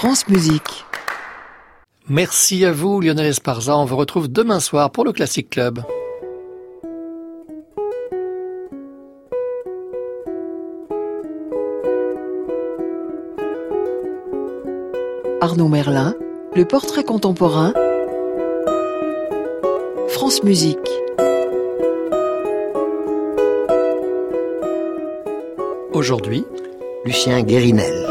France Musique. Merci à vous Lionel Esparza, on vous retrouve demain soir pour le Classic Club. Arnaud Merlin, le portrait contemporain, France Musique. Aujourd'hui, Lucien Guérinel.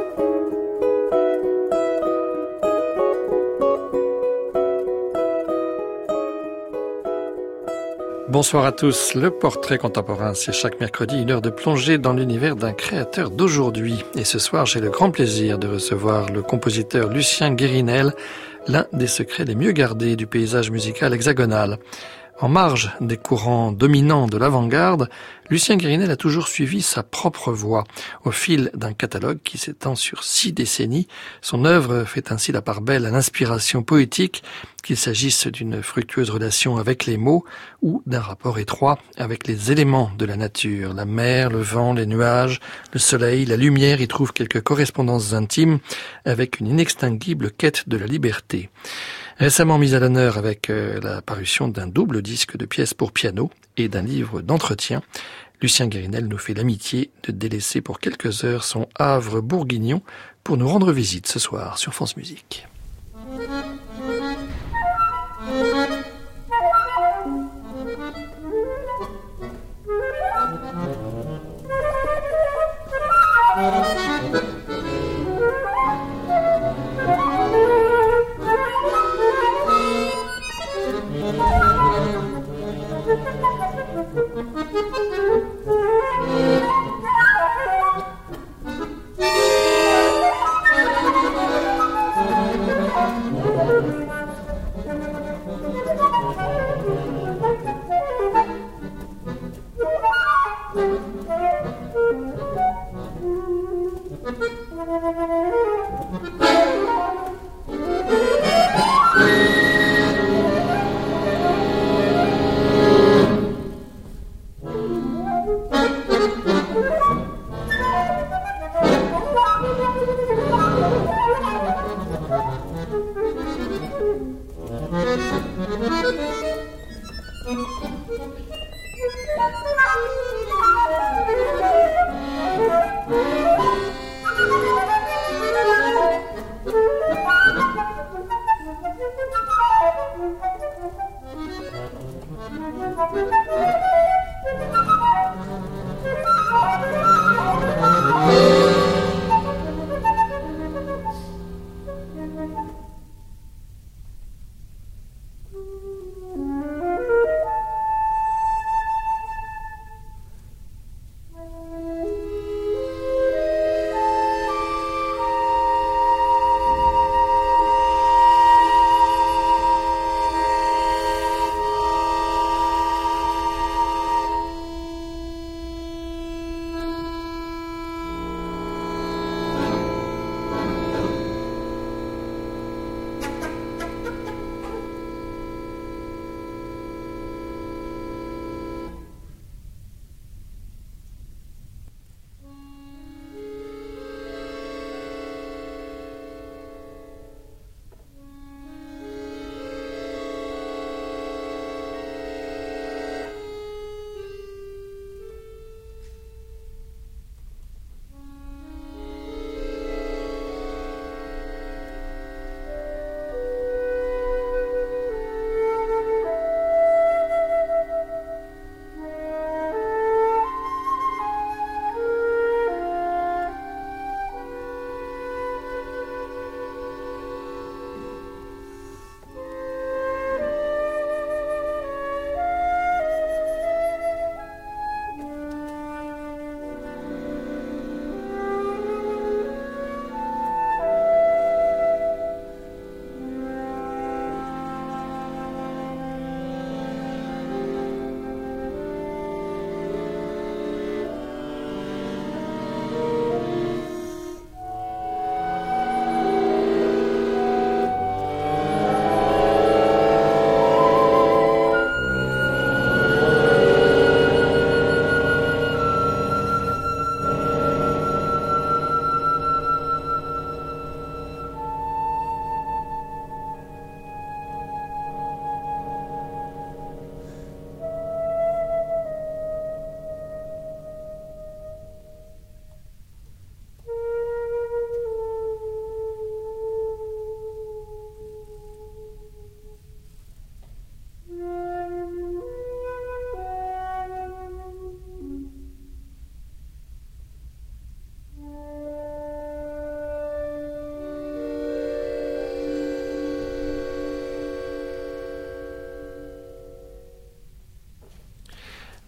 Bonsoir à tous. Le portrait contemporain, c'est chaque mercredi une heure de plongée dans l'univers d'un créateur d'aujourd'hui. Et ce soir, j'ai le grand plaisir de recevoir le compositeur Lucien Guérinel, l'un des secrets les mieux gardés du paysage musical hexagonal. En marge des courants dominants de l'avant-garde, Lucien Guérinel a toujours suivi sa propre voie. Au fil d'un catalogue qui s'étend sur 6 décennies, son œuvre fait ainsi la part belle à l'inspiration poétique, qu'il s'agisse d'une fructueuse relation avec les mots ou d'un rapport étroit avec les éléments de la nature. La mer, le vent, les nuages, le soleil, la lumière y trouvent quelques correspondances intimes avec une inextinguible quête de la liberté. Récemment mise à l'honneur avec la parution d'un double disque de pièces pour piano et d'un livre d'entretien, Lucien Guérinel nous fait l'amitié de délaisser pour quelques heures son Havre bourguignon pour nous rendre visite ce soir sur France Musique.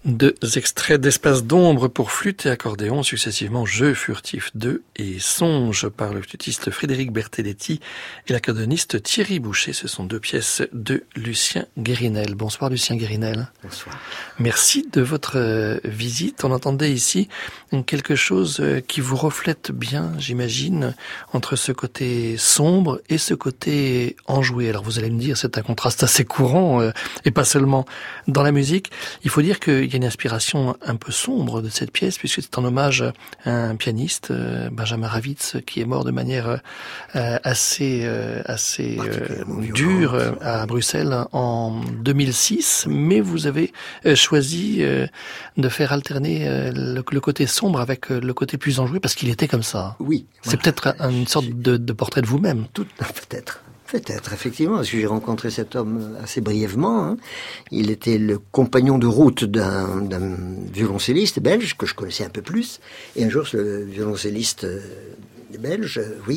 Deux extraits d'Espace d'ombre pour flûte et accordéon, successivement Jeu furtif 2 et Songe par le flûtiste Frédéric Bertelletti et l'accordéoniste Thierry Boucher. Ce sont deux pièces de Lucien Guérinel. Bonsoir Lucien Guérinel. Bonsoir. Merci de votre visite. On entendait ici quelque chose qui vous reflète bien, j'imagine, entre ce côté sombre et ce côté enjoué. Alors vous allez me dire, c'est un contraste assez courant et pas seulement dans la musique. Il faut dire qu'il y a une inspiration un peu sombre de cette pièce, puisque c'est en hommage à un pianiste, Benjamin Ravitz, qui est mort de manière assez dure à Bruxelles en 2006. Mais vous avez choisi de faire alterner le côté sombre avec le côté plus enjoué, parce qu'il était comme ça. Oui. C'est peut-être une sorte de portrait de vous-même. Peut-être, effectivement, parce que j'ai rencontré cet homme assez brièvement. Hein. Il était le compagnon de route d'un violoncelliste belge, que je connaissais un peu plus. Et un jour, ce violoncelliste belge,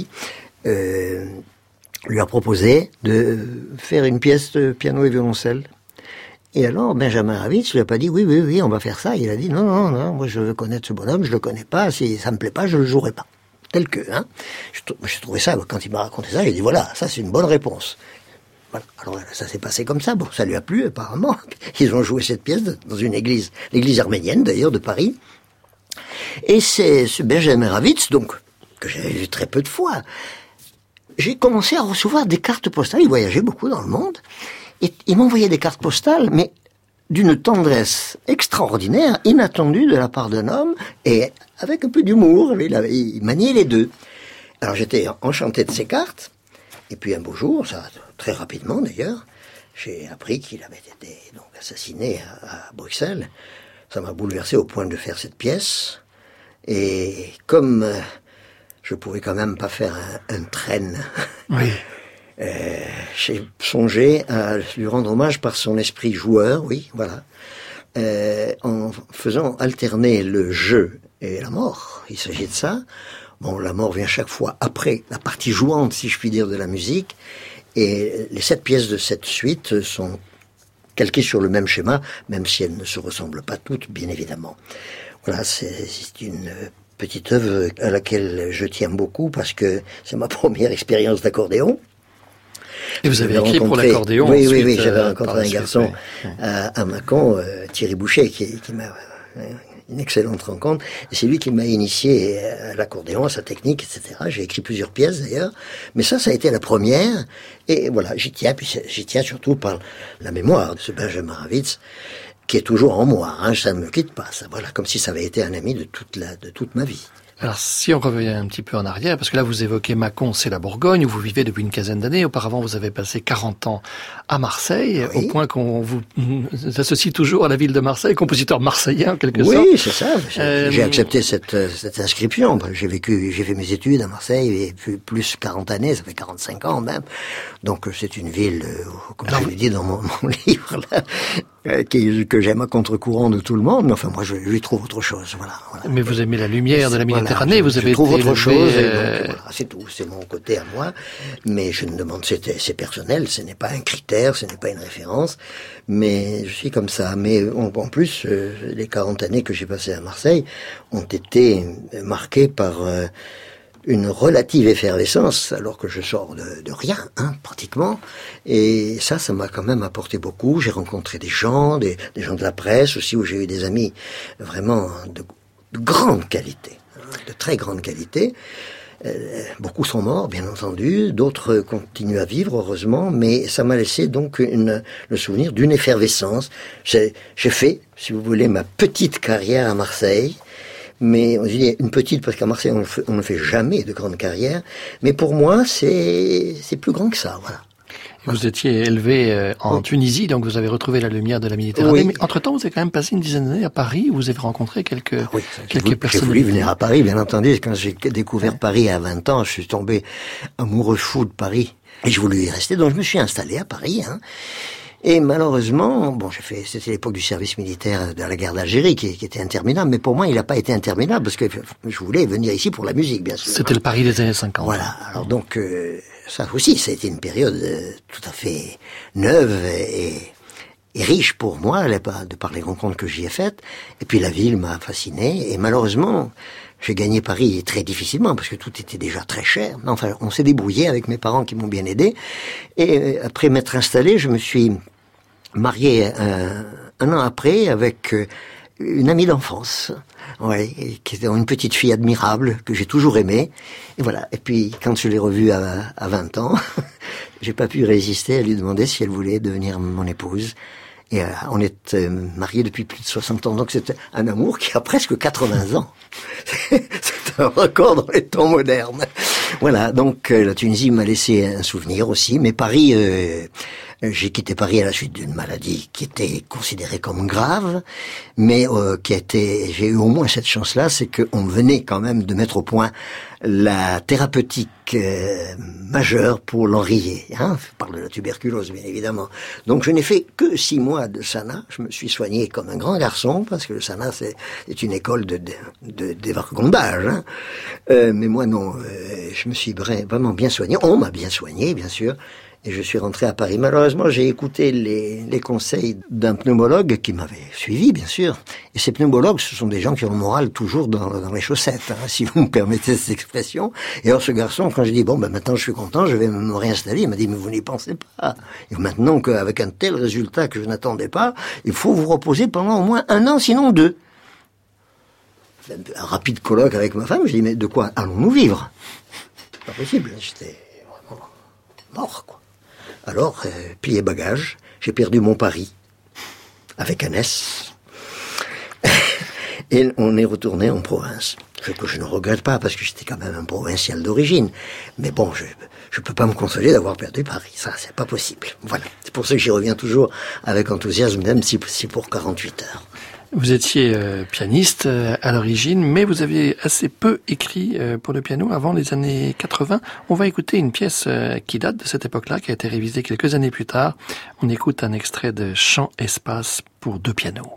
lui a proposé de faire une pièce de piano et violoncelle. Et alors, Benjamin Ravitz lui a pas dit oui, on va faire ça. Il a dit non, moi je veux connaître ce bonhomme, je le connais pas, si ça me plaît pas, je le jouerai pas. Tel que, hein. J'ai trouvé ça, quand il m'a raconté ça, j'ai dit voilà, ça c'est une bonne réponse. Voilà. Alors ça s'est passé comme ça, bon, ça lui a plu apparemment. Ils ont joué cette pièce dans une église, l'église arménienne d'ailleurs de Paris. Et c'est ce Benjamin Ravitz, donc, que j'avais vu très peu de fois. J'ai commencé à recevoir des cartes postales, il voyageait beaucoup dans le monde, et il m'envoyait des cartes postales, mais d'une tendresse extraordinaire, inattendue de la part d'un homme, et avec un peu d'humour. Il maniait les deux. Alors j'étais enchanté de ces cartes, et puis un beau jour, ça très rapidement d'ailleurs, j'ai appris qu'il avait été donc assassiné à Bruxelles. Ça m'a bouleversé au point de faire cette pièce, et comme je pouvais quand même pas faire un train, Oui. J'ai songé à lui rendre hommage par son esprit joueur, en faisant alterner le jeu et la mort. Il s'agit de ça. Bon, la mort vient chaque fois après la partie jouante, si je puis dire, de la musique. Et les 7 pièces de cette suite sont calquées sur le même schéma, même si elles ne se ressemblent pas toutes, bien évidemment. Voilà, c'est une petite œuvre à laquelle je tiens beaucoup parce que c'est ma première expérience d'accordéon. Et vous avez écrit pour l'accordéon. Oui, j'avais rencontré un garçon à Mâcon, Thierry Boucher, qui m'a une excellente rencontre. Et c'est lui qui m'a initié à l'accordéon, à sa technique, etc. J'ai écrit plusieurs pièces d'ailleurs, mais ça a été la première. Et voilà, j'y tiens surtout par la mémoire de ce Benjamin Ravitz, qui est toujours en moi. Hein, ça ne me quitte pas. Ça, voilà, comme si ça avait été un ami de toute ma vie. Alors, si on revient un petit peu en arrière, parce que là, vous évoquez Mâcon, c'est la Bourgogne, où vous vivez depuis une quinzaine d'années. Auparavant, vous avez passé 40 ans à Marseille, oui. Au point qu'on vous associe toujours à la ville de Marseille, compositeur marseillais, en quelque sorte. Oui, c'est ça. J'ai accepté cette inscription. J'ai fait mes études à Marseille, et plus 40 années, ça fait 45 ans même. Donc, c'est une ville, comme je l'ai dit dans mon livre, là, que j'aime à contre-courant de tout le monde, mais enfin, moi, je lui trouve autre chose, voilà. Mais vous aimez la lumière de la Méditerranée, vous avez je trouve autre chose, et donc, voilà, c'est tout, c'est mon côté à moi, mais je ne demande, c'est personnel, ce n'est pas un critère, ce n'est pas une référence, mais je suis comme ça. Mais en plus, les 40 années que j'ai passées à Marseille ont été marquées par une relative effervescence, alors que je sors de rien, hein, pratiquement. Et ça m'a quand même apporté beaucoup. J'ai rencontré des gens de la presse aussi, où j'ai eu des amis vraiment de grande qualité, de très grande qualité. Beaucoup sont morts, bien entendu, d'autres continuent à vivre, heureusement, mais ça m'a laissé donc le souvenir d'une effervescence. J'ai fait, si vous voulez, ma petite carrière à Marseille. Mais on dit une petite parce qu'à Marseille on ne fait jamais de grande carrière. Mais pour moi c'est plus grand que ça, voilà. Vous étiez élevé en Tunisie, donc vous avez retrouvé la lumière de la Méditerranée. Oui. Mais entre-temps, vous avez quand même passé une dizaine d'années à Paris, où vous avez rencontré quelques personnes. J'ai voulu venir à Paris, bien entendu. Quand j'ai découvert Paris à 20 ans, je suis tombé amoureux fou de Paris. Et je voulais y rester, donc je me suis installé à Paris, hein. Et malheureusement, bon, c'était l'époque du service militaire de la guerre d'Algérie qui était interminable, mais pour moi, il n'a pas été interminable parce que je voulais venir ici pour la musique, bien sûr. C'était le Paris des années 50. Voilà. Alors donc, ça aussi, ça a été une période tout à fait neuve riche pour moi, de par les rencontres que j'y ai faites. Et puis la ville m'a fasciné. Et malheureusement, j'ai gagné Paris très difficilement parce que tout était déjà très cher. Mais enfin, on s'est débrouillé avec mes parents qui m'ont bien aidé. Et après m'être installé, je me suis marié un an après avec une amie d'enfance. Ouais, qui était une petite fille admirable que j'ai toujours aimée. Et voilà. Et puis quand je l'ai revue à 20 ans, j'ai pas pu résister à lui demander si elle voulait devenir mon épouse. Et on est mariés depuis plus de 60 ans. Donc c'est un amour qui a presque 80 ans. C'est un record dans les temps modernes. Voilà. Donc la Tunisie m'a laissé un souvenir aussi. Mais Paris, j'ai quitté Paris à la suite d'une maladie qui était considérée comme grave, mais j'ai eu au moins cette chance-là, c'est qu'on venait quand même de mettre au point la thérapeutique majeure pour l'enrayer. Hein, je parle de la tuberculose, bien évidemment. Donc je n'ai fait que 6 mois de Sana. Je me suis soigné comme un grand garçon, parce que le Sana, c'est une école de dévergondage. Hein. Mais moi, non. Je me suis vraiment bien soigné. On m'a bien soigné, bien sûr. Et je suis rentré à Paris. Malheureusement, j'ai écouté les conseils d'un pneumologue qui m'avait suivi, bien sûr. Et ces pneumologues, ce sont des gens qui ont le moral toujours dans les chaussettes, hein, si vous me permettez cette expression. Et alors ce garçon, quand je dis, bon, ben maintenant je suis content, je vais me réinstaller, il m'a dit, mais vous n'y pensez pas. Et maintenant qu'avec un tel résultat que je n'attendais pas, il faut vous reposer pendant au moins 1 an, sinon 2. Un rapide colloque avec ma femme, je dis, mais de quoi allons-nous vivre? Pas possible, j'étais vraiment mort, quoi. Alors, plié bagage, j'ai perdu mon pari, avec un S, et on est retourné en province. Que je ne regrette pas, parce que j'étais quand même un provincial d'origine. Mais bon, je peux pas me consoler d'avoir perdu Paris, ça, c'est pas possible. Voilà, c'est pour ça que j'y reviens toujours avec enthousiasme, même si pour 48 heures. Vous étiez pianiste à l'origine, mais vous aviez assez peu écrit pour le piano avant les années 80. On va écouter une pièce qui date de cette époque-là, qui a été révisée quelques années plus tard. On écoute un extrait de Chant Espace pour 2 pianos.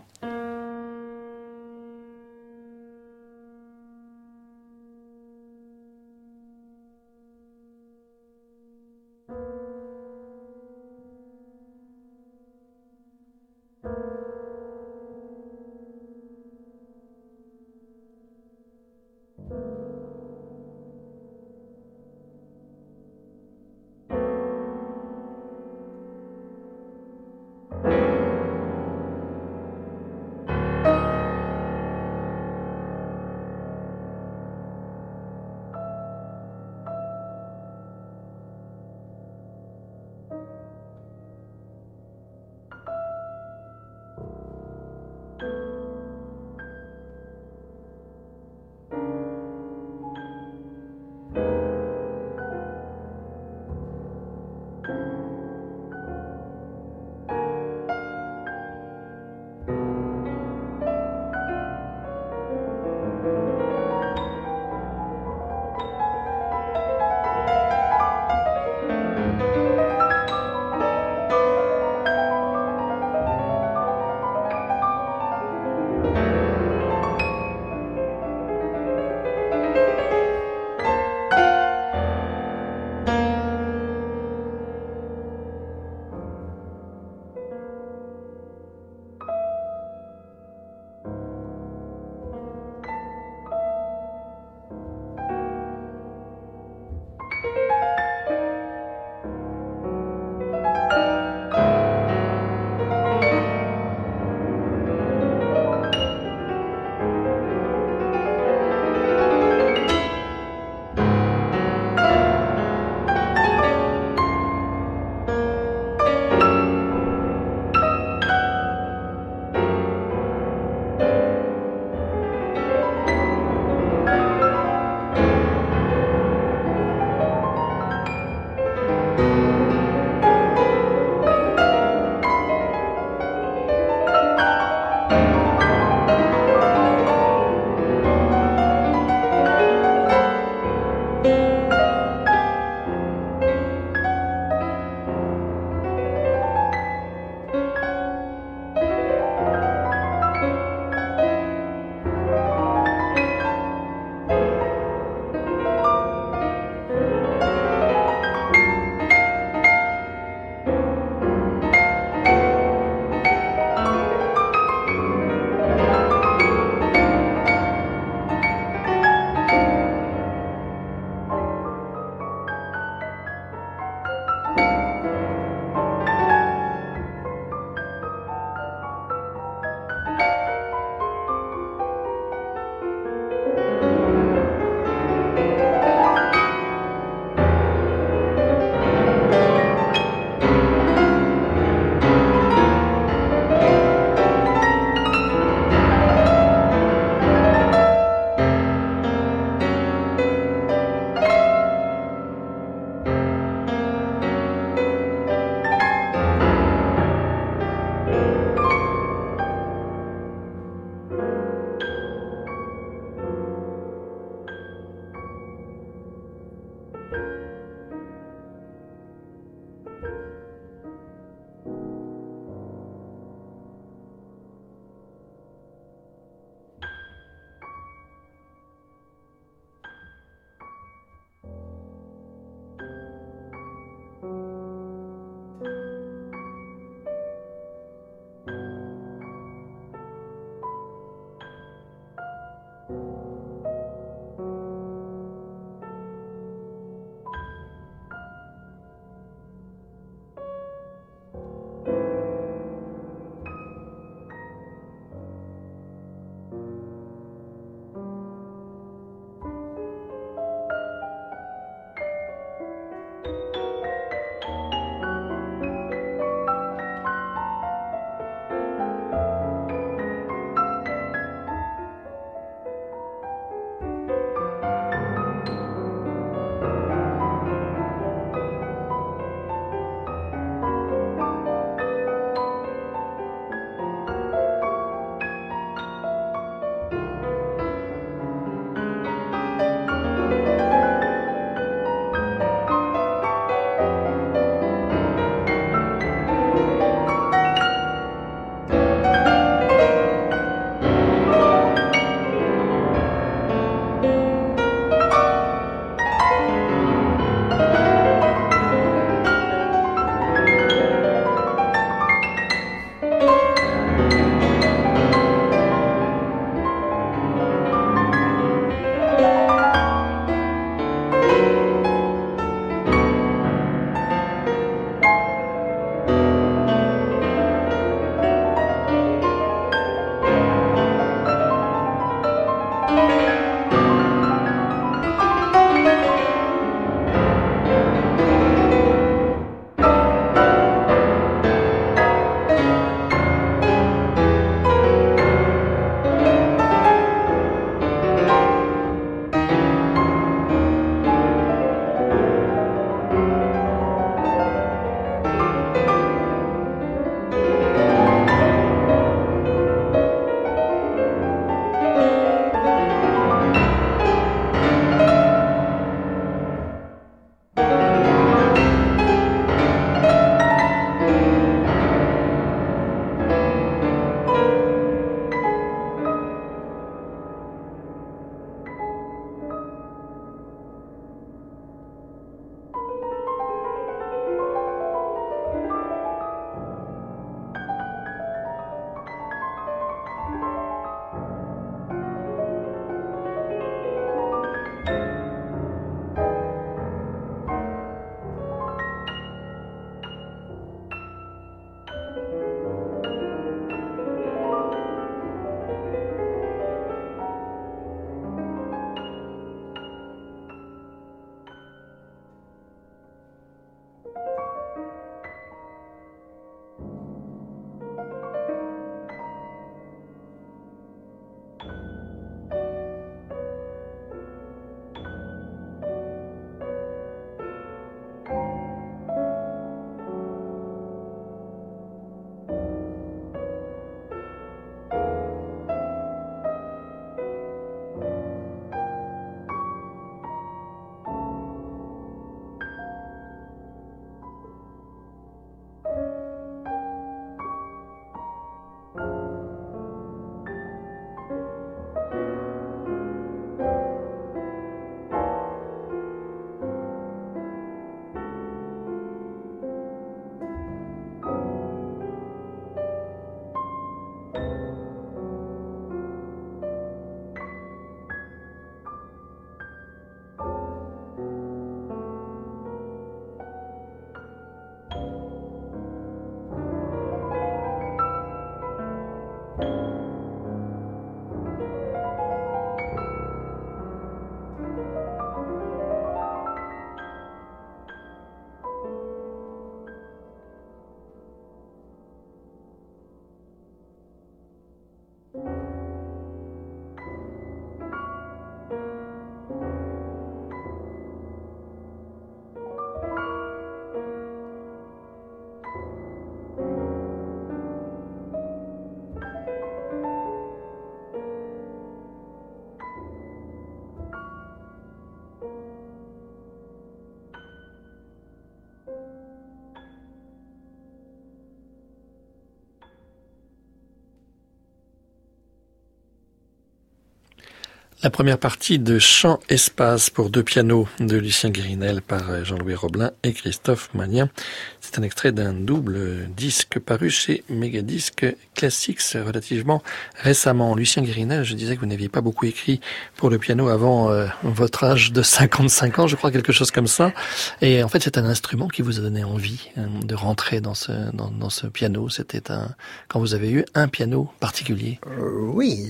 La première partie de Chant Espace pour deux pianos de Lucien Guérinel par Jean-Louis Roblin et Christophe Magnien. C'est un extrait d'un double disque paru chez Megadisc Classics relativement récemment. Lucien Guérinel, je disais que vous n'aviez pas beaucoup écrit pour le piano avant votre âge de 55 ans, je crois, quelque chose comme ça. Et en fait, c'est un instrument qui vous a donné envie de rentrer dans ce piano. C'était quand vous avez eu un piano particulier. Oui.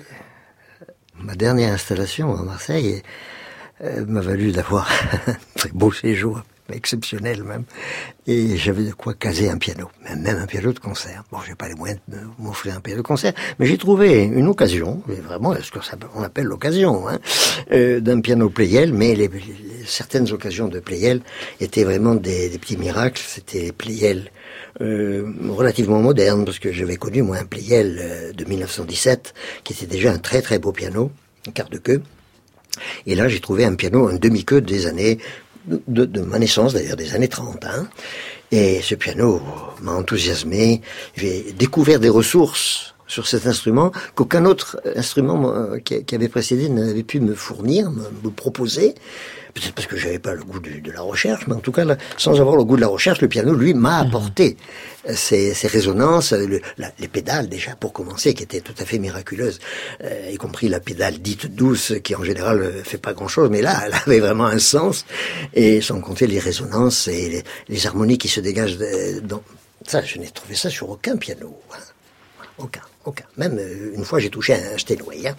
Ma dernière installation à Marseille m'a valu d'avoir un très beau séjour, exceptionnel même, et j'avais de quoi caser un piano, même un piano de concert. Bon, j'ai pas les moyens de m'offrir un piano de concert, mais j'ai trouvé une occasion, vraiment ce qu'on appelle l'occasion, d'un piano Pleyel, mais certaines occasions de Pleyel étaient vraiment des petits miracles. C'était les Pleyel relativement moderne, parce que j'avais connu moi un Pleyel de 1917 qui était déjà un très très beau piano, un quart de queue, et là j'ai trouvé un piano, un demi-queue des années de ma naissance, d'ailleurs des années 30, et ce piano m'a enthousiasmé. J'ai découvert des ressources sur cet instrument qu'aucun autre instrument qui avait précédé n'avait pu me fournir, me proposer. Peut-être parce que j'avais pas le goût de la recherche, mais en tout cas, là, sans avoir le goût de la recherche, le piano, lui, m'a apporté ces résonances, les pédales déjà, pour commencer, qui étaient tout à fait miraculeuses, y compris la pédale dite douce, qui en général fait pas grand-chose, mais là, elle avait vraiment un sens, et sans compter les résonances et les harmonies qui se dégagent dans... Ça, je n'ai trouvé ça sur aucun piano, aucun. Même une fois, j'ai touché un Steinway,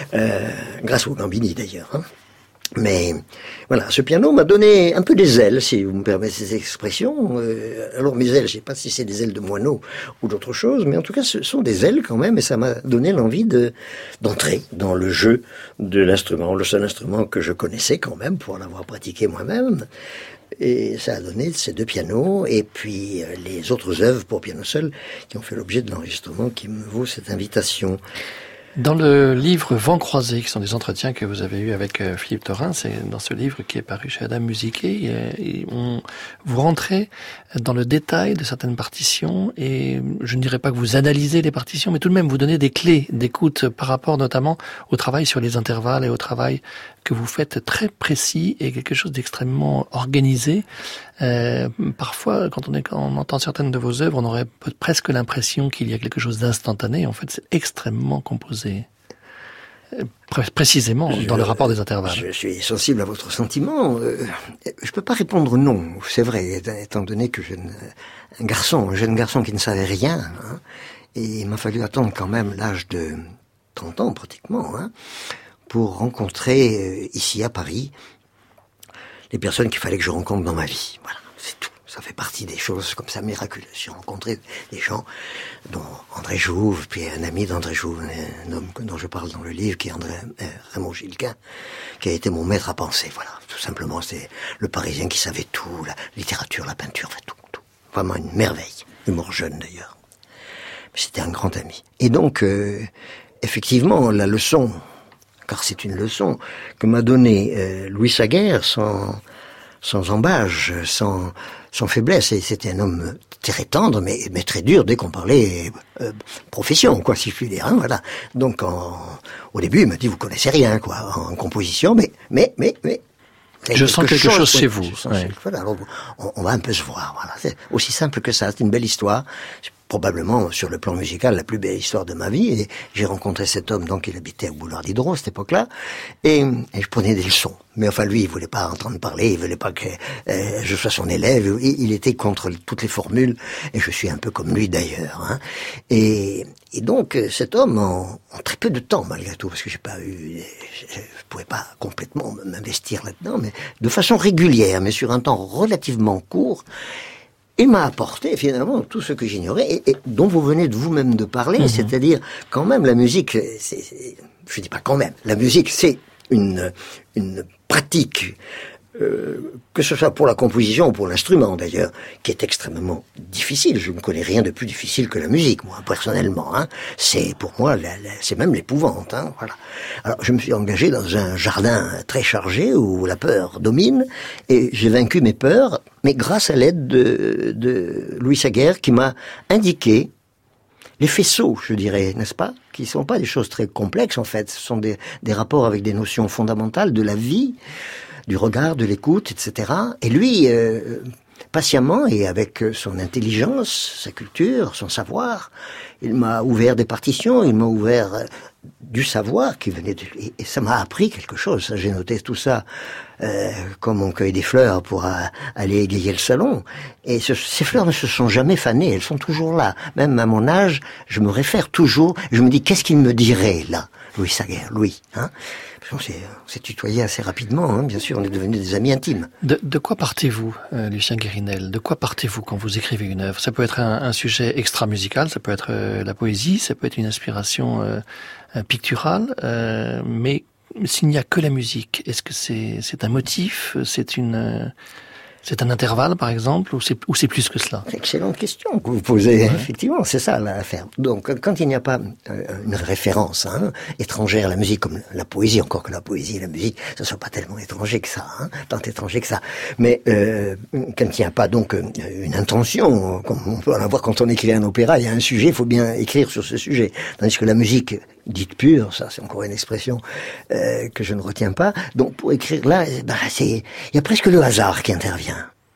grâce au Gambini d'ailleurs. Mais voilà, ce piano m'a donné un peu des ailes, si vous me permettez cette expression. Alors mes ailes, je sais pas si c'est des ailes de moineau ou d'autre chose, mais en tout cas ce sont des ailes quand même, et ça m'a donné l'envie d'entrer dans le jeu de l'instrument, le seul instrument que je connaissais quand même pour l'avoir pratiqué moi-même. Et ça a donné ces deux pianos, et puis les autres œuvres pour piano seul qui ont fait l'objet de l'enregistrement qui me vaut cette invitation. Dans le livre Vents croisés, qui sont des entretiens que vous avez eus avec Philippe Thorin, c'est dans ce livre qui est paru chez Adam Musiquet, vous rentrez dans le détail de certaines partitions, et je ne dirais pas que vous analysez les partitions, mais tout de même vous donnez des clés d'écoute par rapport notamment au travail sur les intervalles et au travail que vous faites très précis et quelque chose d'extrêmement organisé. Parfois, quand on entend certaines de vos œuvres, on aurait presque l'impression qu'il y a quelque chose d'instantané. En fait, c'est extrêmement composé. Précisément dans le rapport des intervalles. Je suis sensible à votre sentiment. Je peux pas répondre non, c'est vrai, étant donné que un jeune garçon qui ne savait rien, et il m'a fallu attendre quand même l'âge de 30 ans pratiquement, pour rencontrer ici à Paris les personnes qu'il fallait que je rencontre dans ma vie. Voilà, c'est tout. Ça fait partie des choses comme ça miraculeuses. J'ai rencontré des gens, dont André Jouve, puis un ami d'André Jouve, un homme dont je parle dans le livre, qui est Raymond Gilquin, qui a été mon maître à penser. Voilà, tout simplement, c'est le Parisien qui savait tout, la littérature, la peinture, tout. Vraiment une merveille. Humour jeune d'ailleurs. Mais c'était un grand ami. Et donc, effectivement, la leçon, car c'est une leçon que m'a donnée Louis Saguer, sans embâge, sans faiblesse. Et c'était un homme très tendre, mais très dur dès qu'on parlait profession, quoi, si je puis dire. Voilà. Donc, au début, il m'a dit, vous connaissez rien, quoi, en composition, mais. Je sens quelque chose chez vous. Voilà, alors, on va un peu se voir. Voilà. C'est aussi simple que ça. C'est une belle histoire. C'est probablement, sur le plan musical, la plus belle histoire de ma vie. Et j'ai rencontré cet homme, donc il habitait au boulevard Diderot à cette époque-là, et je prenais des leçons. Mais enfin, lui, il voulait pas entendre parler, il voulait pas que je sois son élève. Il était contre toutes les formules, et je suis un peu comme lui d'ailleurs. Et donc, cet homme, en très peu de temps, malgré tout, parce que je pouvais pas complètement m'investir là-dedans, mais de façon régulière, mais sur un temps relativement court, il m'a apporté finalement tout ce que j'ignorais et dont vous venez de vous-même de parler, c'est-à-dire quand même la musique, je dis pas quand même, la musique c'est une pratique, que ce soit pour la composition ou pour l'instrument d'ailleurs, qui est extrêmement difficile. Je ne connais rien de plus difficile que la musique, moi, personnellement. C'est pour moi, c'est même l'épouvante. Voilà. Alors, je me suis engagé dans un jardin très chargé où la peur domine, et j'ai vaincu mes peurs, mais grâce à l'aide de Louis Saguer, qui m'a indiqué les faisceaux, je dirais, n'est-ce pas, qui sont pas des choses très complexes en fait. Ce sont des rapports avec des notions fondamentales de la vie, du regard, de l'écoute, etc. Et lui, patiemment et avec son intelligence, sa culture, son savoir, il m'a ouvert des partitions, il m'a ouvert du savoir qui venait de lui. Et ça m'a appris quelque chose. Ça, j'ai noté tout ça comme on cueille des fleurs pour aller égayer le salon. Et ces fleurs ne se sont jamais fanées, elles sont toujours là. Même à mon âge, je me réfère toujours, je me dis, qu'est-ce qu'il me dirait là, Louis Saguer, Louis, hein? On s'est tutoyé assez rapidement, hein, bien sûr, on est devenus des amis intimes. De quoi partez-vous, Lucien Guérinel? De quoi partez-vous quand vous écrivez une œuvre? Ça peut être un sujet extra-musical, ça peut être la poésie, ça peut être une inspiration picturale, mais s'il n'y a que la musique, est-ce que c'est un motif, c'est un intervalle, par exemple, ou c'est plus que cela? Excellente question que vous posez. Ouais. Effectivement, c'est ça l'affaire. Donc, quand il n'y a pas une référence étrangère à la musique, comme la poésie, encore que la poésie et la musique, ça ne soit pas tellement étranger que ça, tant étranger que ça. Mais quand il n'y a pas donc une intention, comme on peut en avoir quand on écrit un opéra, il y a un sujet, il faut bien écrire sur ce sujet. Tandis que la musique dite pure, ça c'est encore une expression que je ne retiens pas. Donc pour écrire là, il y a presque le hasard qui intervient.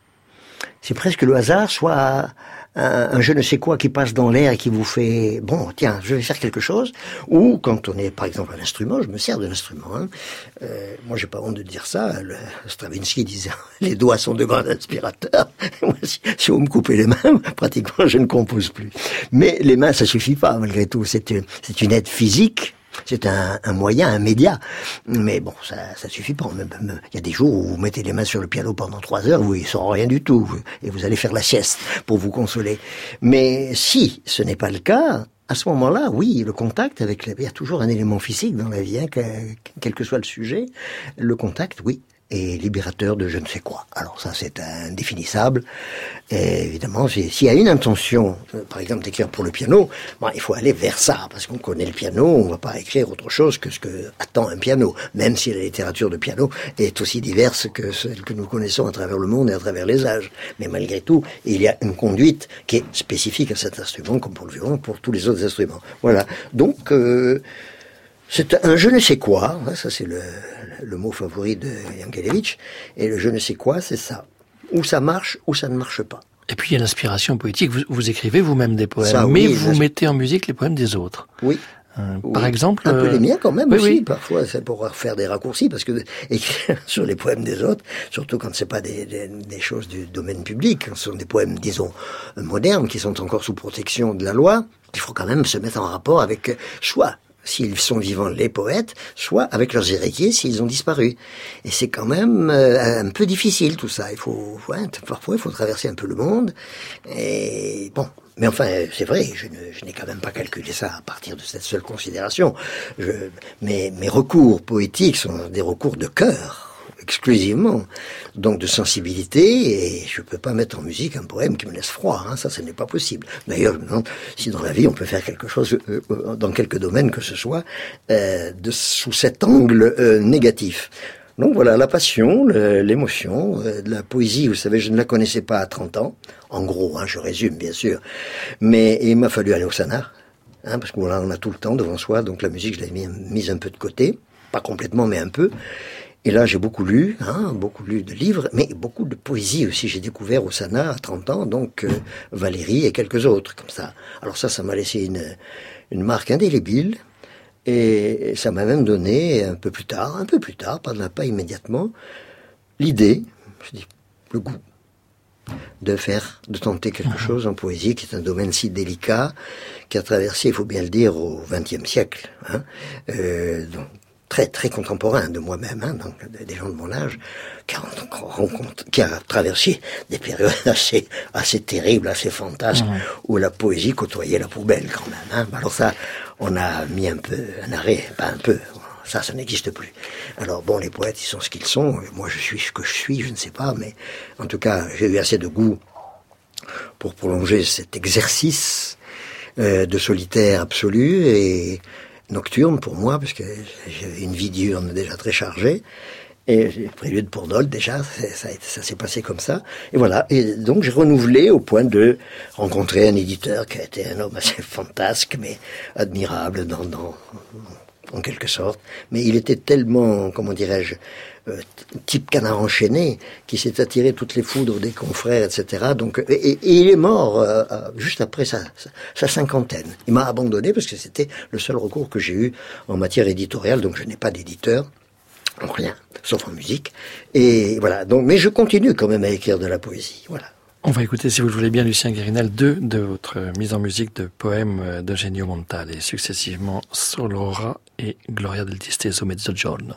C'est presque le hasard, soit un je ne sais quoi qui passe dans l'air et qui vous fait bon, tiens, je vais faire quelque chose. Ou quand on est par exemple à l'instrument, je me sers de l'instrument. Moi, j'ai pas honte de dire ça. Stravinsky disait les doigts sont de grands inspirateurs. Moi, si vous me coupez les mains, pratiquement, je ne compose plus. Mais les mains, ça suffit pas malgré tout. C'est une aide physique. C'est un moyen, un média. Mais bon, ça suffit pas. Il y a des jours où vous mettez les mains sur le piano pendant 3 heures, vous y sort rien du tout. Et vous allez faire la sieste pour vous consoler. Mais si ce n'est pas le cas, à ce moment-là, oui, le contact avec il y a toujours un élément physique dans la vie, quel que soit le sujet. Le contact, oui, est libérateur de je ne sais quoi. Alors ça, c'est indéfinissable. Et évidemment, s'il y a une intention, par exemple, d'écrire pour le piano, il faut aller vers ça, parce qu'on connaît le piano, on ne va pas écrire autre chose que ce que attend un piano, même si la littérature de piano est aussi diverse que celle que nous connaissons à travers le monde et à travers les âges. Mais malgré tout, il y a une conduite qui est spécifique à cet instrument, comme pour le violon, pour tous les autres instruments. Voilà. Donc, c'est un je ne sais quoi, ça c'est le mot favori de Yankelevitch, et le je ne sais quoi, c'est ça. Ou ça marche, ou ça ne marche pas. Et puis il y a l'inspiration poétique, vous écrivez vous-même des poèmes, ça, mais oui, vous mettez en musique les poèmes des autres. Oui. Par exemple... Un peu les miens quand même oui, aussi, oui. Parfois c'est pour faire des raccourcis, parce que écrire sur les poèmes des autres, surtout quand c'est pas des choses du domaine public, ce sont des poèmes, disons, modernes, qui sont encore sous protection de la loi, il faut quand même se mettre en rapport avec soit s'ils sont vivants les poètes, soit avec leurs héritiers s'ils ont disparu. Et c'est quand même un peu difficile tout ça. Parfois il faut traverser un peu le monde. Et bon, mais enfin c'est vrai, je n'ai quand même pas calculé ça à partir de cette seule considération. Mes recours poétiques sont des recours de cœur. Exclusivement, donc de sensibilité, et je peux pas mettre en musique un poème qui me laisse froid, ça n'est pas possible. D'ailleurs, je me demande si dans la vie on peut faire quelque chose, dans quelques domaines que ce soit, sous cet angle négatif. Donc voilà, la passion, l'émotion, de la poésie, vous savez, je ne la connaissais pas à 30 ans, en gros, je résume bien sûr, mais il m'a fallu aller au Sana, parce que voilà, on a tout le temps devant soi, donc la musique je l'ai mise un peu de côté, pas complètement mais un peu. Et là, j'ai beaucoup lu de livres, mais beaucoup de poésie aussi. J'ai découvert au Sana à 30 ans, donc Valéry et quelques autres, comme ça. Alors ça m'a laissé une marque indélébile, et ça m'a même donné un peu plus tard, pas immédiatement, l'idée, le goût, de tenter quelque chose en poésie, qui est un domaine si délicat, qui a traversé, il faut bien le dire, au XXe siècle, donc, très très contemporain de moi-même, donc des gens de mon âge, qui a traversé des périodes assez terribles, assez fantasques, où la poésie côtoyait la poubelle quand même. Alors ça, on a mis un peu un arrêt, pas un peu. Ça n'existe plus. Alors bon, les poètes, ils sont ce qu'ils sont. Moi, je suis ce que je suis, je ne sais pas, mais en tout cas, j'ai eu assez de goût pour prolonger cet exercice de solitaire absolu et nocturne pour moi, parce que j'avais une vie diurne déjà très chargée, Et prélude pour Nol, déjà, ça s'est passé comme ça. Et voilà. Et donc, j'ai renouvelé au point de rencontrer un éditeur qui a été un homme assez fantasque, mais admirable en quelque sorte. Mais il était tellement, comment dirais-je, type canard enchaîné, qui s'est attiré toutes les foudres des confrères, etc. Donc, et il est mort juste après sa cinquantaine. Il m'a abandonné parce que c'était le seul recours que j'ai eu en matière éditoriale, donc je n'ai pas d'éditeur. Rien, sauf en musique. Et voilà. Donc, mais je continue quand même à écrire de la poésie. Voilà. On va écouter, si vous le voulez bien, Lucien Guérinel, deux de votre mise en musique de poèmes d'Eugenio Montale, et successivement Solora et Gloria del disteso mezzogiorno.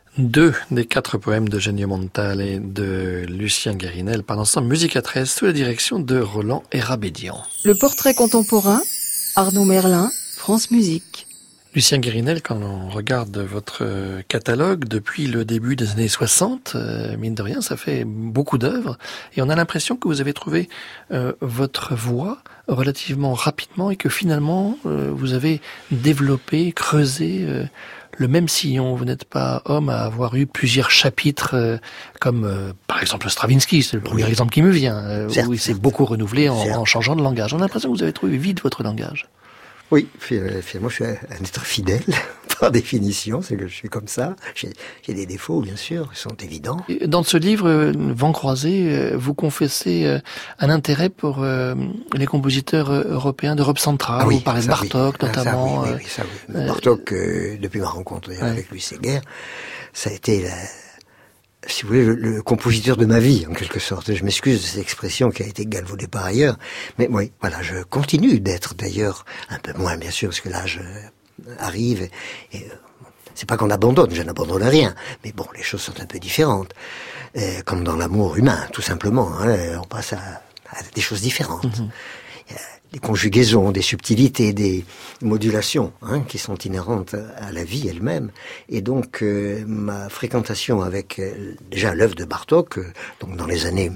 Deux des 4 poèmes de Genio Montale et de Lucien Guérinel par l'ensemble Musique à 13 sous la direction de Roland Hérabédian. Le portrait contemporain, Arnaud Merlin, France Musique. Lucien Guérinel, quand on regarde votre catalogue depuis le début des années 60, mine de rien, ça fait beaucoup d'œuvres et on a l'impression que vous avez trouvé votre voix relativement rapidement et que finalement vous avez développé, creusé le même sillon. Vous n'êtes pas homme à avoir eu plusieurs chapitres comme par exemple Stravinsky, c'est le premier exemple qui me vient, où il s'est beaucoup renouvelé en changeant de langage. On a l'impression que vous avez trouvé vite votre langage. Oui, finalement, je suis un être fidèle, par définition, c'est que je suis comme ça. J'ai des défauts, bien sûr, ils sont évidents. Dans ce livre, Vents croisés, vous confessez un intérêt pour les compositeurs européens d'Europe centrale. Vous parlez de Bartók, notamment. Ça, oui. Bartók, depuis ma rencontre avec Louis Séguer, ça a été si vous voulez, le compositeur de ma vie, en quelque sorte. Je m'excuse de cette expression qui a été galvaudée par ailleurs. Mais oui, voilà, je continue d'être d'ailleurs, un peu moins bien sûr, parce que l'âge arrive. Et c'est pas qu'on abandonne, je n'abandonne rien. Mais bon, les choses sont un peu différentes. Comme dans l'amour humain, tout simplement. On passe à des choses différentes. Il y a des conjugaisons, des subtilités, des modulations qui sont inhérentes à la vie elle-même. Et donc, ma fréquentation avec déjà l'œuvre de Bartók, donc dans les années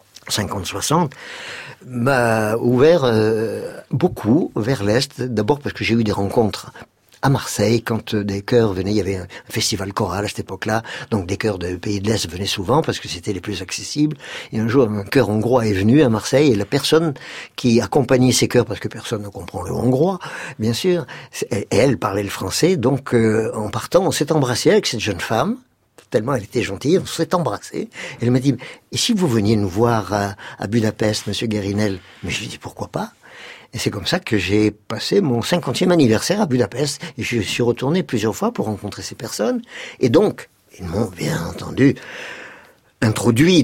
50-60, m'a ouvert beaucoup vers l'Est. D'abord parce que j'ai eu des rencontres à Marseille, quand des chœurs venaient, il y avait un festival choral à cette époque-là, donc des chœurs de pays de l'Est venaient souvent parce que c'était les plus accessibles. Et un jour, un chœur hongrois est venu à Marseille et la personne qui accompagnait ces chœurs, parce que personne ne comprend le hongrois, bien sûr, et elle parlait le français, donc en partant, on s'est embrassé avec cette jeune femme, tellement elle était gentille, on s'est embrassé. Elle m'a dit, et si vous veniez nous voir à Budapest, monsieur Guérinel? Mais je lui ai dit, pourquoi pas? Et c'est comme ça que j'ai passé mon 50e anniversaire à Budapest. Et je suis retourné plusieurs fois pour rencontrer ces personnes. Et donc, ils m'ont bien entendu introduit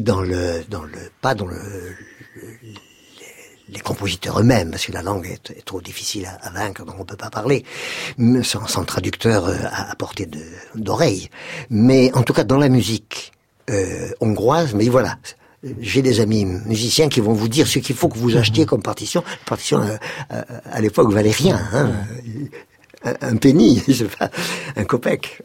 les compositeurs eux-mêmes, parce que la langue est trop difficile à vaincre, donc on peut pas parler sans traducteur à portée d'oreille. Mais en tout cas, dans la musique hongroise, mais voilà. J'ai des amis musiciens qui vont vous dire ce qu'il faut que vous achetiez comme partition. La partition, à l'époque, valait rien. Un penny, je sais pas, un kopek.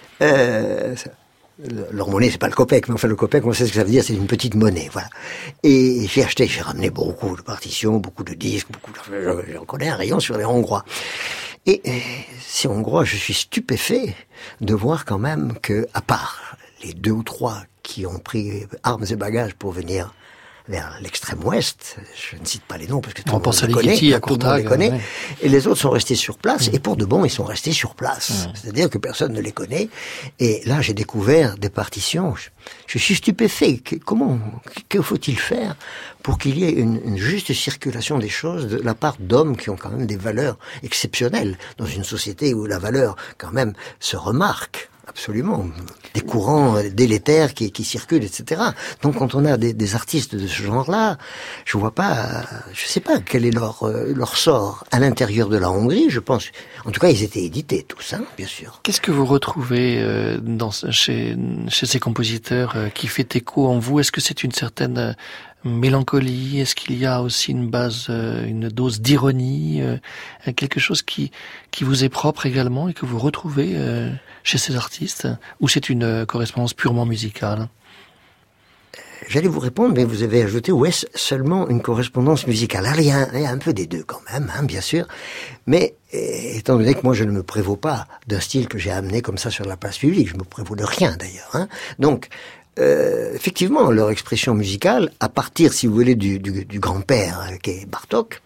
Leur monnaie, c'est pas le kopek, mais enfin le kopek, on sait ce que ça veut dire, c'est une petite monnaie, voilà. Et j'ai ramené beaucoup de partitions, beaucoup de disques, j'en connais un rayon sur les Hongrois. Et ces Hongrois, je suis stupéfait de voir quand même que, à part les 2 ou 3 qui ont pris armes et bagages pour venir vers l'extrême ouest, je ne cite pas les noms parce que tout le monde les connaît, tout le monde les connaît, et les autres sont restés sur place, et pour de bon, ils sont restés sur place. C'est-à-dire que personne ne les connaît, et là, j'ai découvert des partitions, je suis stupéfait. Que faut-il faire pour qu'il y ait une juste circulation des choses de la part d'hommes qui ont quand même des valeurs exceptionnelles, dans une société où la valeur, quand même, se remarque. Absolument. Des courants délétères qui circulent, etc. Donc quand on a des artistes de ce genre-là, je sais pas quel est leur sort à l'intérieur de la Hongrie, je pense. En tout cas, ils étaient édités tous, bien sûr. Qu'est-ce que vous retrouvez chez ces compositeurs qui fait écho en vous? Est-ce que c'est une certaine mélancolie? Est-ce qu'il y a aussi une dose d'ironie, quelque chose qui vous est propre également et que vous retrouvez chez ces artistes, ou c'est une correspondance purement musicale? J'allais vous répondre, mais vous avez ajouté, où est-ce seulement une correspondance musicale? Alors, il y a un peu des deux quand même, bien sûr. Mais, étant donné que moi je ne me prévaux pas d'un style que j'ai amené comme ça sur la place publique, je me prévaux de rien d'ailleurs. Donc, effectivement, leur expression musicale, à partir, si vous voulez, du grand-père, qui est Bartók,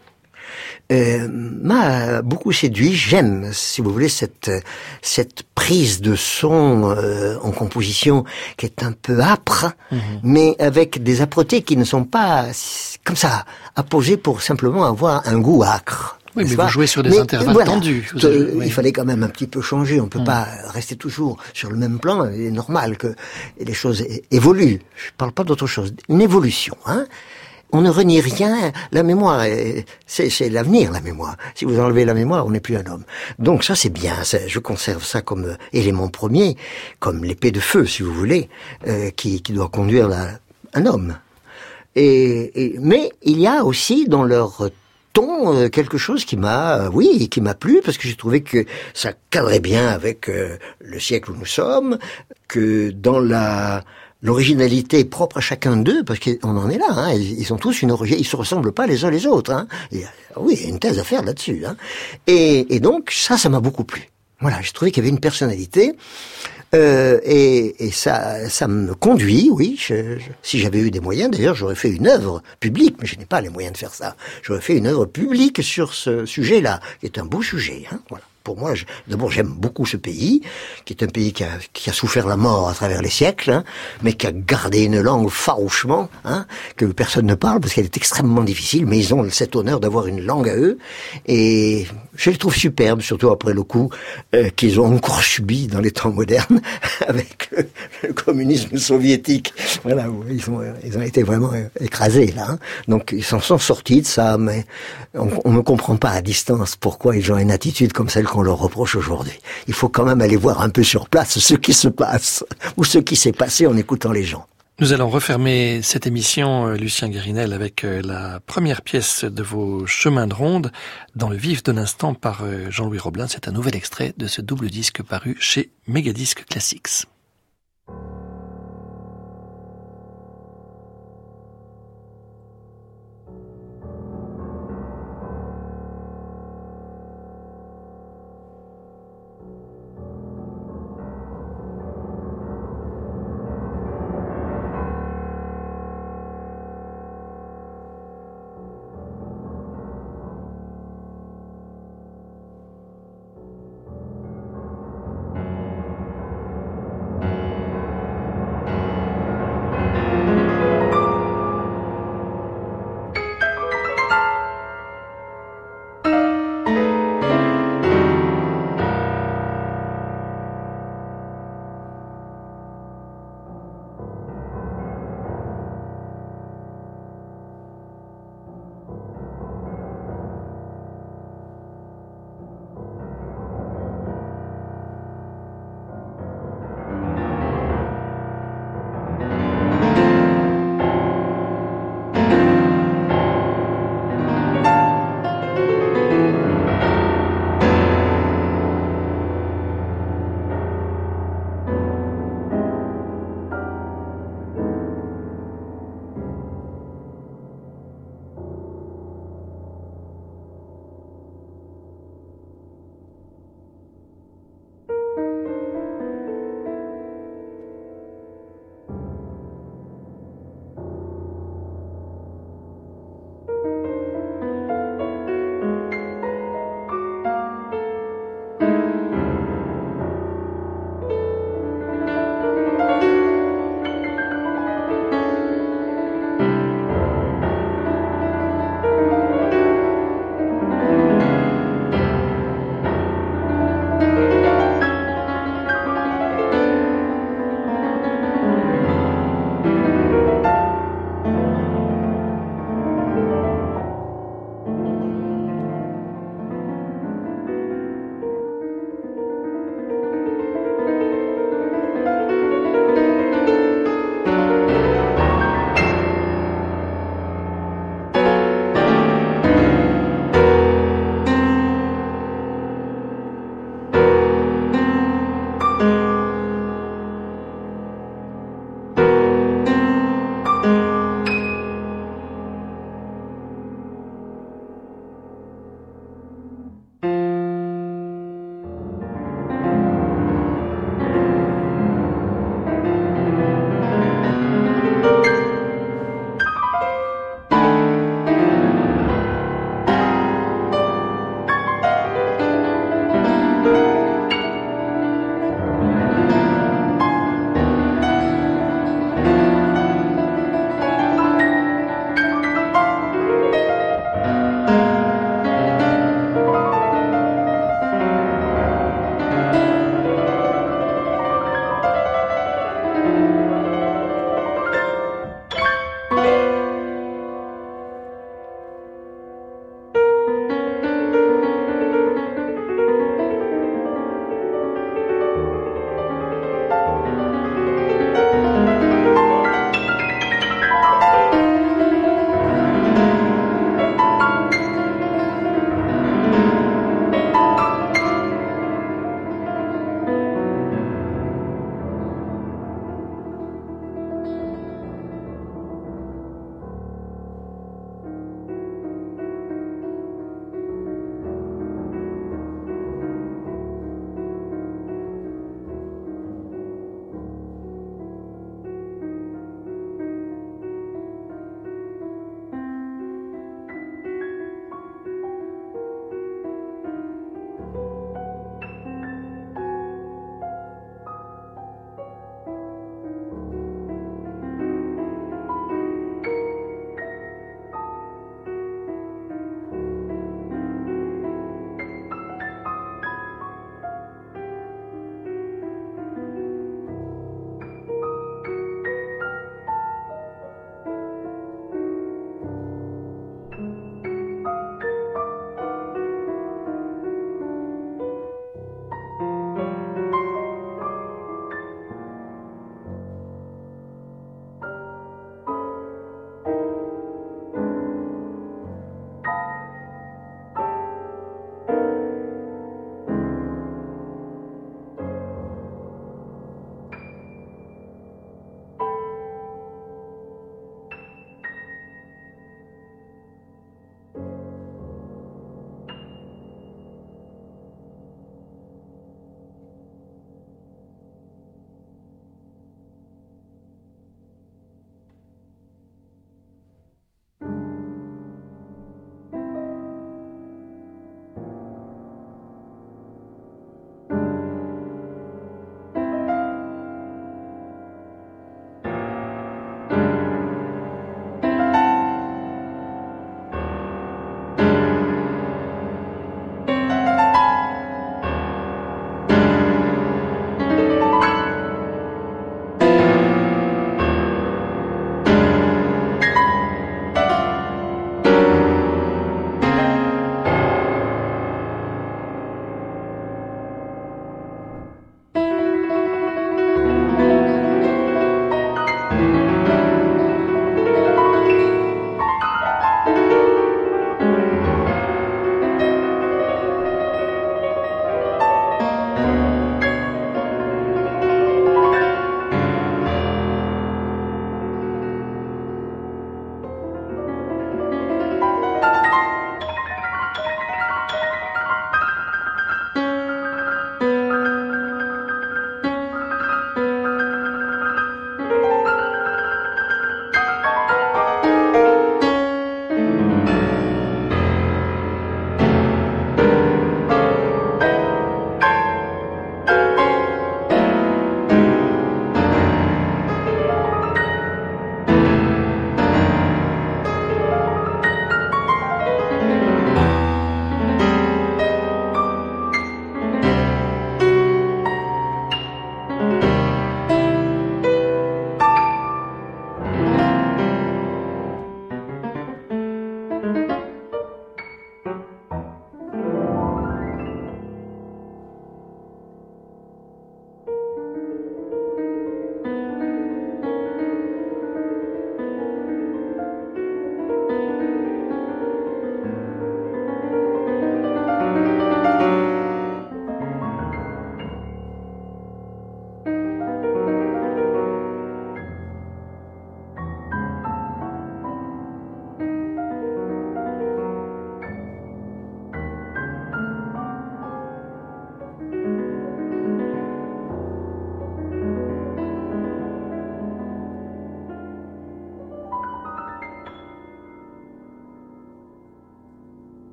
m'a beaucoup séduit. J'aime, si vous voulez, cette prise de son en composition qui est un peu âpre, mais avec des âpretés qui ne sont pas comme ça apposées pour simplement avoir un goût âcre. Oui, mais vous jouez sur des intervalles tendus. Il fallait quand même un petit peu changer. On peut pas rester toujours sur le même plan. Il est normal que les choses évoluent. Je parle pas d'autre chose. Une évolution, on ne renie rien. La mémoire, c'est l'avenir, la mémoire. Si vous enlevez la mémoire, on n'est plus un homme. Donc ça, c'est bien. Je conserve ça comme élément premier, comme l'épée de feu, si vous voulez, qui doit conduire un homme. Mais il y a aussi dans leur ton quelque chose qui m'a plu, parce que j'ai trouvé que ça cadrait bien avec le siècle où nous sommes, que dans l'originalité propre à chacun d'eux, parce qu'on en est là, hein, ils ont tous une origine, ils se ressemblent pas les uns les autres, hein. Il y a une thèse à faire là-dessus, hein. Et donc ça m'a beaucoup plu. Voilà, j'ai trouvé qu'il y avait une personnalité. Et ça me conduit, oui. Si j'avais eu des moyens, d'ailleurs, j'aurais fait une œuvre publique, mais je n'ai pas les moyens de faire ça. J'aurais fait une œuvre publique sur ce sujet-là, qui est un beau sujet, hein, voilà. Pour moi, d'abord, j'aime beaucoup ce pays, qui est un pays qui a souffert la mort à travers les siècles, hein, mais qui a gardé une langue farouchement, hein, que personne ne parle, parce qu'elle est extrêmement difficile, mais ils ont cet honneur d'avoir une langue à eux, et je les trouve superbes, surtout après le coup qu'ils ont encore subi dans les temps modernes, avec le communisme soviétique. Voilà, ils ont été vraiment écrasés, là, hein. Donc, ils s'en sont sortis de ça, mais on ne comprend pas à distance pourquoi ils ont une attitude comme celle qu'on leur reproche aujourd'hui. Il faut quand même aller voir un peu sur place ce qui se passe, ou ce qui s'est passé en écoutant les gens. Nous allons refermer cette émission, Lucien Guérinel, avec la première pièce de vos Chemins de ronde, Dans le vif de l'instant par Jean-Louis Roblin. C'est un nouvel extrait de ce double disque paru chez Megadisc Classics.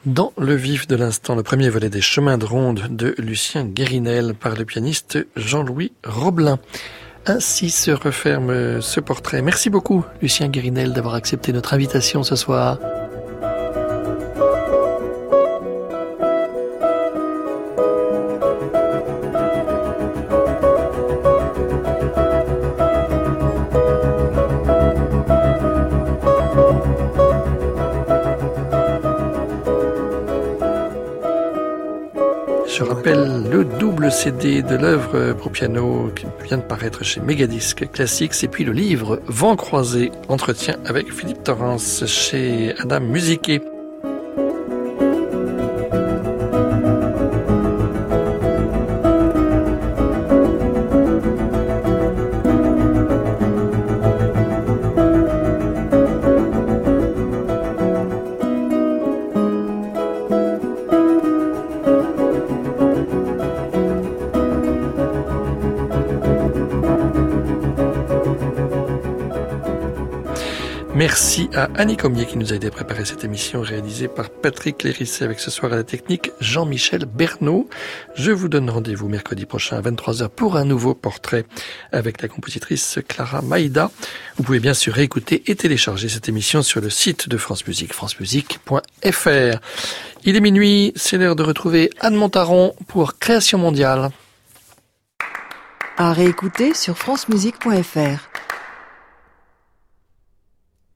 Dans le vif de l'instant, le premier volet des Chemins de ronde de Lucien Guérinel par le pianiste Jean-Louis Roblin. Ainsi se referme ce portrait. Merci beaucoup, Lucien Guérinel, d'avoir accepté notre invitation ce soir. Je rappelle le double CD de l'œuvre pour piano qui vient de paraître chez Megadisc Classics et puis le livre Vent croisé, entretien avec Philippe Torrance chez Adam Musiquet. Merci à Annie Comier qui nous a aidé à préparer cette émission réalisée par Patrick Lérisset avec ce soir à la technique Jean-Michel Bernot. Je vous donne rendez-vous mercredi prochain à 23h pour un nouveau portrait avec la compositrice Clara Maïda. Vous pouvez bien sûr réécouter et télécharger cette émission sur le site de France Musique, francemusique.fr. Il est minuit, c'est l'heure de retrouver Anne Montaron pour Création mondiale. À réécouter sur francemusique.fr.